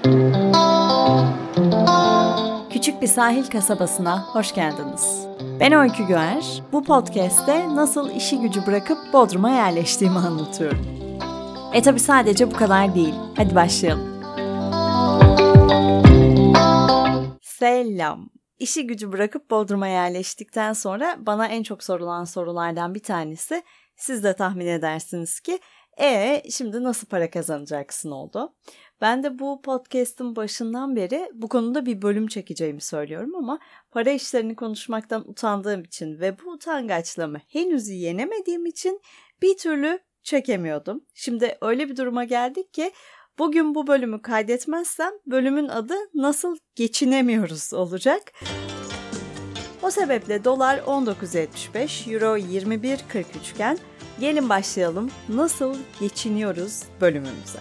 Küçük bir sahil kasabasına hoş geldiniz. Ben Öykü Güer. Bu podcast'te nasıl işi gücü bırakıp Bodrum'a yerleştiğimi anlatıyorum. Tabii sadece bu kadar değil. Hadi başlayalım. Selam. İşi gücü bırakıp Bodrum'a yerleştikten sonra bana en çok sorulan sorulardan bir tanesi, siz de tahmin edersiniz ki şimdi nasıl para kazanacaksın oldu. Ben de bu podcast'ın başından beri bu konuda bir bölüm çekeceğimi söylüyorum ama para işlerini konuşmaktan utandığım için ve bu utangaçlığımı henüz yenemediğim için bir türlü çekemiyordum. Şimdi öyle bir duruma geldik ki bugün bu bölümü kaydetmezsem bölümün adı Nasıl Geçinemiyoruz olacak. O sebeple dolar 19.75, euro 21.43 iken gelin başlayalım Nasıl Geçiniyoruz bölümümüze.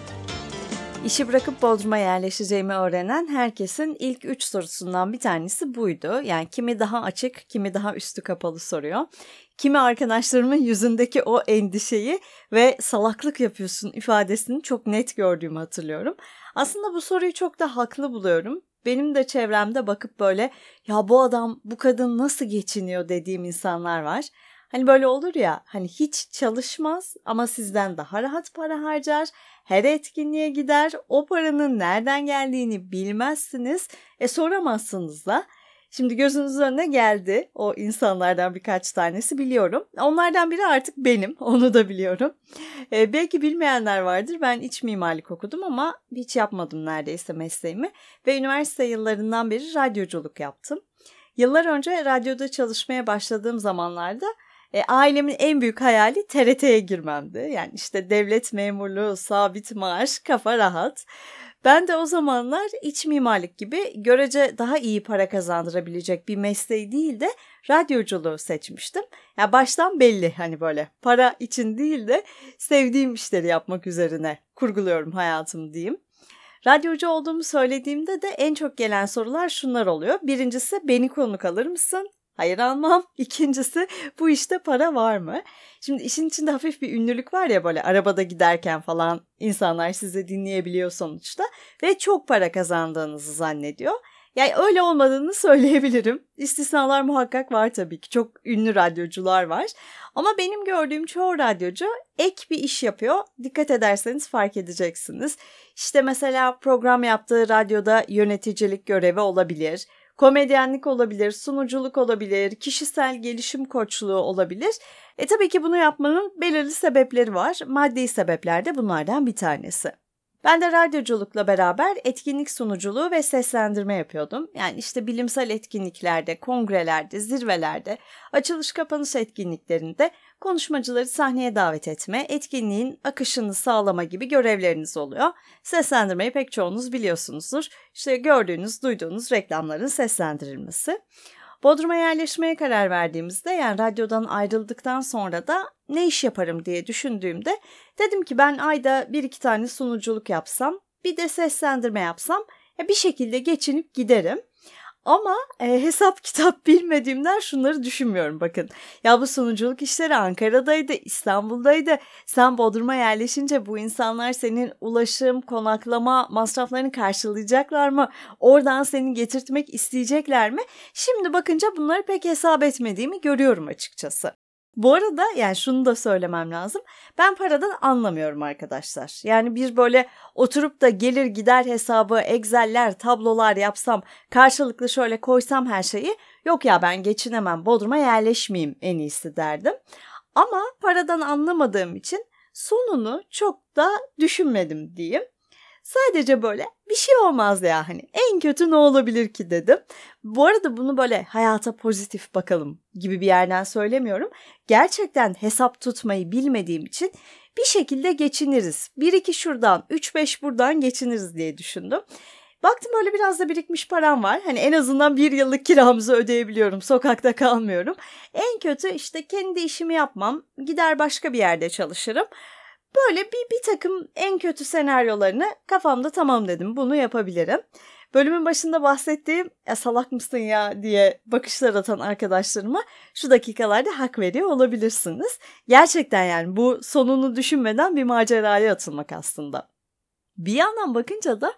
İşi bırakıp Bodrum'a yerleşeceğimi öğrenen herkesin ilk 3 sorusundan bir tanesi buydu. Yani kimi daha açık, kimi daha üstü kapalı soruyor. Kimi arkadaşlarımın yüzündeki o endişeyi ve salaklık yapıyorsun ifadesini çok net gördüğümü hatırlıyorum. Aslında bu soruyu çok da haklı buluyorum. Benim de çevremde bakıp böyle ya bu adam, bu kadın nasıl geçiniyor dediğim insanlar var. Hani böyle olur ya, hani hiç çalışmaz ama sizden daha rahat para harcar, her etkinliğe gider, o paranın nereden geldiğini bilmezsiniz, soramazsınız da. Şimdi gözünüzün önüne geldi o insanlardan birkaç tanesi, biliyorum. Onlardan biri artık benim, onu da biliyorum. Belki bilmeyenler vardır, ben iç mimarlık okudum ama hiç yapmadım neredeyse mesleğimi ve üniversite yıllarından beri radyoculuk yaptım. Yıllar önce radyoda çalışmaya başladığım zamanlarda ailemin en büyük hayali TRT'ye girmemdi. Yani işte devlet memurluğu, sabit maaş, kafa rahat. Ben de o zamanlar iç mimarlık gibi görece daha iyi para kazandırabilecek bir mesleği değil de radyoculuğu seçmiştim. Yani baştan belli, hani böyle para için değil de sevdiğim işleri yapmak üzerine kurguluyorum hayatımı diyeyim. Radyocu olduğumu söylediğimde de en çok gelen sorular şunlar oluyor. Birincisi, beni konuk alır mısın? Hayır, almam. İkincisi, bu işte para var mı? Şimdi işin içinde hafif bir ünlülük var ya, böyle arabada giderken falan insanlar sizi dinleyebiliyor sonuçta ve çok para kazandığınızı zannediyor. Yani öyle olmadığını söyleyebilirim. İstisnalar muhakkak var tabii ki. Çok ünlü radyocular var. Ama benim gördüğüm çoğu radyocu ek bir iş yapıyor. Dikkat ederseniz fark edeceksiniz. İşte mesela program yaptığı radyoda yöneticilik görevi olabilir. Komedyenlik olabilir, sunuculuk olabilir, kişisel gelişim koçluğu olabilir. Tabii ki bunu yapmanın belirli sebepleri var. Maddi sebepler de bunlardan bir tanesi. Ben de radyoculukla beraber etkinlik sunuculuğu ve seslendirme yapıyordum. Yani işte bilimsel etkinliklerde, kongrelerde, zirvelerde, açılış kapanış etkinliklerinde konuşmacıları sahneye davet etme, etkinliğin akışını sağlama gibi görevleriniz oluyor. Seslendirmeyi pek çoğunuz biliyorsunuzdur. İşte gördüğünüz, duyduğunuz reklamların seslendirilmesi. Bodrum'a yerleşmeye karar verdiğimizde, yani radyodan ayrıldıktan sonra da ne iş yaparım diye düşündüğümde dedim ki ben ayda 1-2 tane sunuculuk yapsam, bir de seslendirme yapsam bir şekilde geçinip giderim. Ama hesap kitap bilmediğimden şunları düşünmüyorum, bakın. Ya bu sunuculuk işleri Ankara'daydı, İstanbul'daydı. Sen Bodrum'a yerleşince bu insanlar senin ulaşım, konaklama masraflarını karşılayacaklar mı? Oradan seni getirtmek isteyecekler mi? Şimdi bakınca bunları pek hesap etmediğimi görüyorum açıkçası. Bu arada yani şunu da söylemem lazım. Ben paradan anlamıyorum arkadaşlar. Yani bir böyle oturup da gelir gider hesabı, Excel'ler, tablolar yapsam, karşılıklı şöyle koysam her şeyi, yok ya ben geçinemem, Bodrum'a yerleşmeyeyim en iyisi derdim. Ama paradan anlamadığım için sonunu çok da düşünmedim diyeyim. Sadece böyle bir şey olmaz ya, hani en kötü ne olabilir ki dedim. Bu arada bunu böyle hayata pozitif bakalım gibi bir yerden söylemiyorum. Gerçekten hesap tutmayı bilmediğim için bir şekilde geçiniriz. 1-2 şuradan, 3-5 buradan geçiniriz diye düşündüm. Baktım öyle biraz da birikmiş param var. Hani en azından 1 yıllık kiramızı ödeyebiliyorum. Sokakta kalmıyorum. En kötü işte kendi işimi yapmam. Gider başka bir yerde çalışırım. Böyle bir takım en kötü senaryolarını kafamda tamam dedim, bunu yapabilirim. Bölümün başında bahsettiğim salak mısın ya diye bakışlar atan arkadaşlarıma şu dakikalarda hak veriyor olabilirsiniz. Gerçekten yani bu sonunu düşünmeden bir maceraya atılmak aslında. Bir yandan bakınca da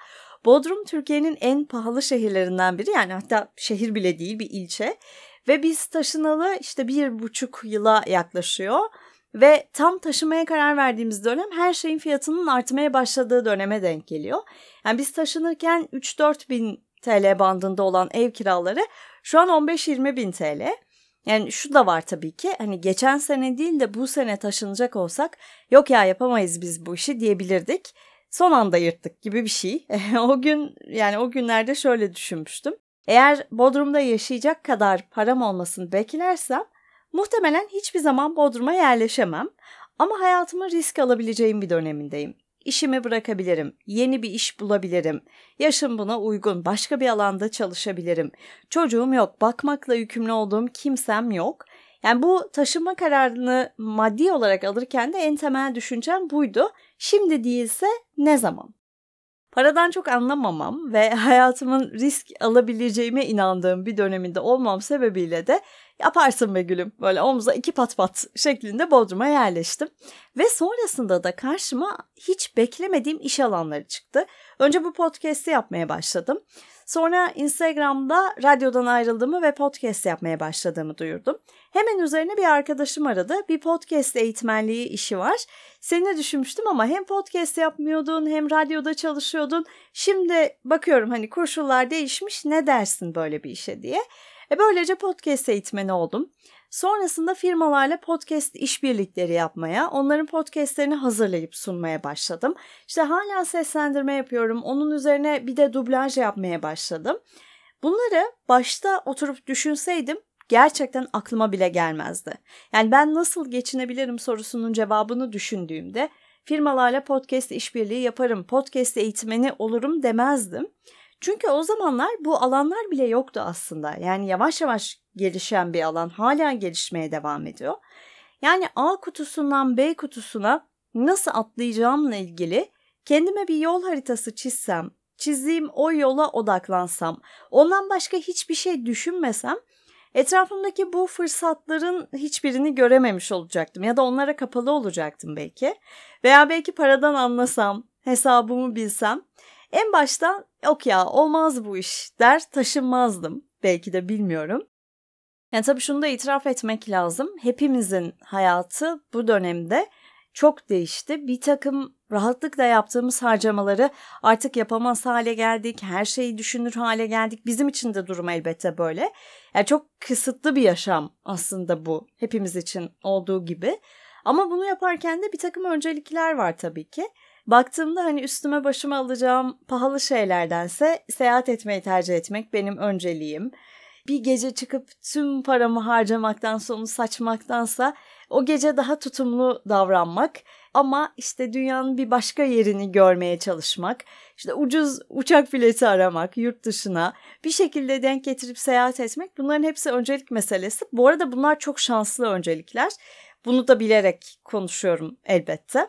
Bodrum Türkiye'nin en pahalı şehirlerinden biri, yani hatta şehir bile değil, bir ilçe. Ve biz taşınalı işte 1,5 yıla yaklaşıyor. Ve tam taşınmaya karar verdiğimiz dönem her şeyin fiyatının artmaya başladığı döneme denk geliyor. Yani biz taşınırken 3-4 bin TL bandında olan ev kiraları şu an 15-20 bin TL. Yani şu da var tabii ki, hani geçen sene değil de bu sene taşınacak olsak yok ya yapamayız biz bu işi diyebilirdik. Son anda yırttık gibi bir şey. O günlerde şöyle düşünmüştüm. Eğer Bodrum'da yaşayacak kadar param olmasını beklersem muhtemelen hiçbir zaman Bodrum'a yerleşemem. Ama hayatımı risk alabileceğim bir dönemindeyim. İşimi bırakabilirim, yeni bir iş bulabilirim, yaşım buna uygun, başka bir alanda çalışabilirim. Çocuğum yok, bakmakla yükümlü olduğum kimsem yok. Yani bu taşınma kararını maddi olarak alırken de en temel düşüncem buydu. Şimdi değilse ne zaman? Paradan çok anlamamam ve hayatımın risk alabileceğime inandığım bir döneminde olmam sebebiyle de yaparsın be gülüm, böyle omuza 2 pat pat şeklinde Bodrum'a yerleştim. Ve sonrasında da karşıma hiç beklemediğim iş alanları çıktı. Önce bu podcast'i yapmaya başladım. Sonra Instagram'da radyodan ayrıldığımı ve podcast yapmaya başladığımı duyurdum. Hemen üzerine bir arkadaşım aradı. Bir podcast eğitmenliği işi var. Seni düşünmüştüm ama hem podcast yapmıyordun hem radyoda çalışıyordun. Şimdi bakıyorum hani koşullar değişmiş, ne dersin böyle bir işe diye. Böylece podcast eğitmeni oldum. Sonrasında firmalarla podcast işbirlikleri yapmaya, onların podcastlerini hazırlayıp sunmaya başladım. İşte hala seslendirme yapıyorum. Onun üzerine bir de dublaj yapmaya başladım. Bunları başta oturup düşünseydim gerçekten aklıma bile gelmezdi. Yani ben nasıl geçinebilirim sorusunun cevabını düşündüğümde firmalarla podcast işbirliği yaparım, podcast eğitmeni olurum demezdim. Çünkü o zamanlar bu alanlar bile yoktu aslında. Yani yavaş yavaş gelişen bir alan, hala gelişmeye devam ediyor. Yani A kutusundan B kutusuna nasıl atlayacağımla ilgili kendime bir yol haritası çizsem, çizdiğim o yola odaklansam, ondan başka hiçbir şey düşünmesem, etrafımdaki bu fırsatların hiçbirini görememiş olacaktım ya da onlara kapalı olacaktım belki. Veya belki paradan anlasam, hesabımı bilsem, en başta yok ya olmaz bu iş der taşınmazdım. Belki de, bilmiyorum. Yani tabii şunu da itiraf etmek lazım. Hepimizin hayatı bu dönemde çok değişti. Bir takım rahatlıkla yaptığımız harcamaları artık yapamaz hale geldik. Her şeyi düşünür hale geldik. Bizim için de durum elbette böyle. Yani çok kısıtlı bir yaşam aslında bu. Hepimiz için olduğu gibi. Ama bunu yaparken de bir takım öncelikler var tabii ki. Baktığımda hani üstüme başıma alacağım pahalı şeylerdense seyahat etmeyi tercih etmek benim önceliğim. Bir gece çıkıp tüm paramı harcamaktansa, onu saçmaktansa o gece daha tutumlu davranmak. Ama işte dünyanın bir başka yerini görmeye çalışmak, işte ucuz uçak bileti aramak, yurt dışına bir şekilde denk getirip seyahat etmek, bunların hepsi öncelik meselesi. Bu arada bunlar çok şanslı öncelikler. Bunu da bilerek konuşuyorum elbette.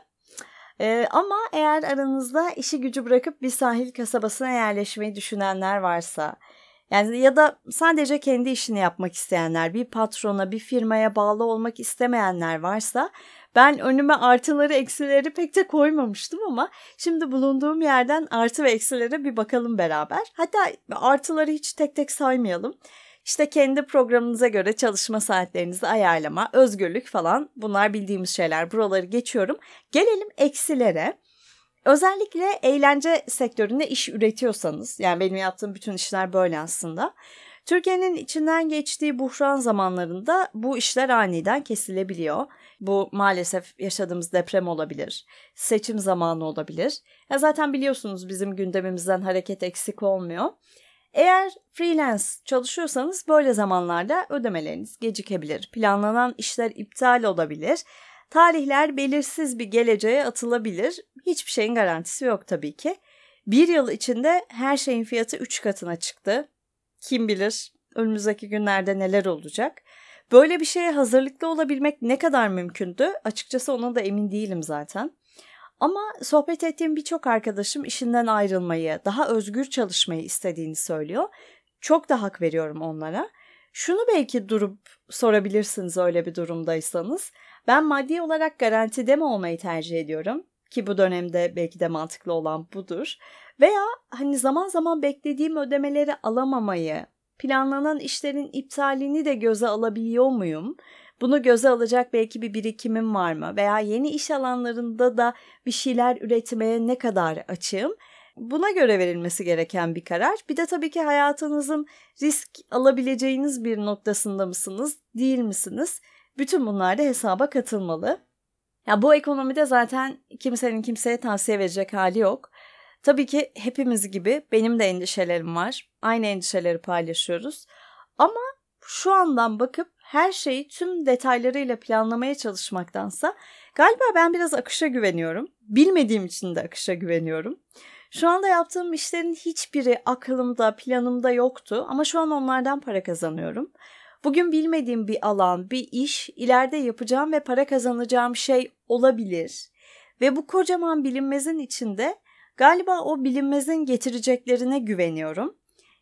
Ama eğer aranızda işi gücü bırakıp bir sahil kasabasına yerleşmeyi düşünenler varsa, yani ya da sadece kendi işini yapmak isteyenler, bir patrona, bir firmaya bağlı olmak istemeyenler varsa, ben önüme artıları eksileri pek de koymamıştım ama şimdi bulunduğum yerden artı ve eksilere bir bakalım beraber. Hatta artıları hiç tek tek saymayalım. İşte kendi programınıza göre çalışma saatlerinizi ayarlama, özgürlük falan, bunlar bildiğimiz şeyler. Buraları geçiyorum. Gelelim eksilere. Özellikle eğlence sektöründe iş üretiyorsanız, yani benim yaptığım bütün işler böyle aslında. Türkiye'nin içinden geçtiği buhran zamanlarında bu işler aniden kesilebiliyor. Bu maalesef yaşadığımız deprem olabilir, seçim zamanı olabilir. Ya zaten biliyorsunuz bizim gündemimizden hareket eksik olmuyor. Eğer freelance çalışıyorsanız böyle zamanlarda ödemeleriniz gecikebilir, planlanan işler iptal olabilir, tarihler belirsiz bir geleceğe atılabilir. Hiçbir şeyin garantisi yok tabii ki. Bir yıl içinde her şeyin fiyatı 3 katına çıktı. Kim bilir önümüzdeki günlerde neler olacak. Böyle bir şeye hazırlıklı olabilmek ne kadar mümkündü? Açıkçası ona da emin değilim zaten. Ama sohbet ettiğim birçok arkadaşım işinden ayrılmayı, daha özgür çalışmayı istediğini söylüyor. Çok da hak veriyorum onlara. Şunu belki durup sorabilirsiniz öyle bir durumdaysanız. Ben maddi olarak garantide mi olmayı tercih ediyorum? Ki bu dönemde belki de mantıklı olan budur. Veya hani zaman zaman beklediğim ödemeleri alamamayı, planlanan işlerin iptalini de göze alabiliyor muyum? Bunu göze alacak belki bir birikimim var mı? Veya yeni iş alanlarında da bir şeyler üretmeye ne kadar açığım? Buna göre verilmesi gereken bir karar. Bir de tabii ki hayatınızın risk alabileceğiniz bir noktasında mısınız, değil misiniz? Bütün bunlar da hesaba katılmalı. Ya bu ekonomide zaten kimsenin kimseye tavsiye verecek hali yok. Tabii ki hepimiz gibi benim de endişelerim var. Aynı endişeleri paylaşıyoruz. Ama şu andan bakıp her şeyi tüm detaylarıyla planlamaya çalışmaktansa galiba ben biraz akışa güveniyorum. Bilmediğim için de akışa güveniyorum. Şu anda yaptığım işlerin hiçbiri aklımda, planımda yoktu ama şu an onlardan para kazanıyorum. Bugün bilmediğim bir alan, bir iş, ileride yapacağım ve para kazanacağım şey olabilir. Ve bu kocaman bilinmezin içinde galiba o bilinmezin getireceklerine güveniyorum.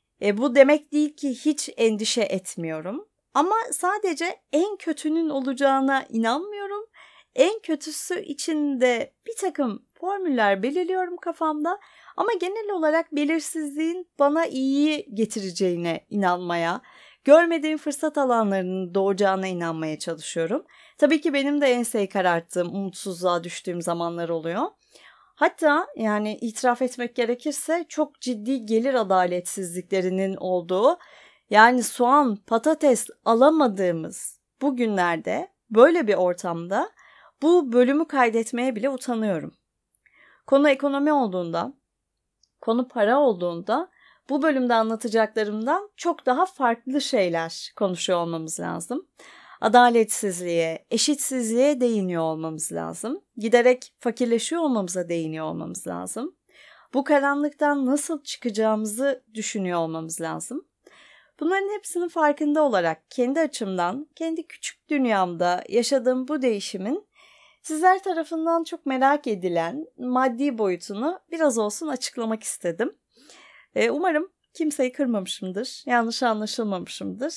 Bu demek değil ki hiç endişe etmiyorum. Ama sadece en kötünün olacağına inanmıyorum. En kötüsü için de bir takım formüller belirliyorum kafamda. Ama genel olarak belirsizliğin bana iyi getireceğine inanmaya, görmediğim fırsat alanlarının doğacağına inanmaya çalışıyorum. Tabii ki benim de enseyi kararttığım, umutsuzluğa düştüğüm zamanlar oluyor. Hatta yani itiraf etmek gerekirse çok ciddi gelir adaletsizliklerinin olduğu, yani soğan, patates alamadığımız bu günlerde, böyle bir ortamda bu bölümü kaydetmeye bile utanıyorum. Konu ekonomi olduğunda, konu para olduğunda bu bölümde anlatacaklarımdan çok daha farklı şeyler konuşuyor olmamız lazım. Adaletsizliğe, eşitsizliğe değiniyor olmamız lazım. Giderek fakirleşiyor olmamıza değiniyor olmamız lazım. Bu karanlıktan nasıl çıkacağımızı düşünüyor olmamız lazım. Bunların hepsinin farkında olarak kendi açımdan, kendi küçük dünyamda yaşadığım bu değişimin sizler tarafından çok merak edilen maddi boyutunu biraz olsun açıklamak istedim. Umarım kimseyi kırmamışımdır, yanlış anlaşılmamışımdır.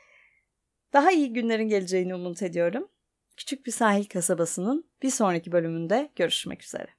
Daha iyi günlerin geleceğini umut ediyorum. Küçük bir sahil kasabasının bir sonraki bölümünde görüşmek üzere.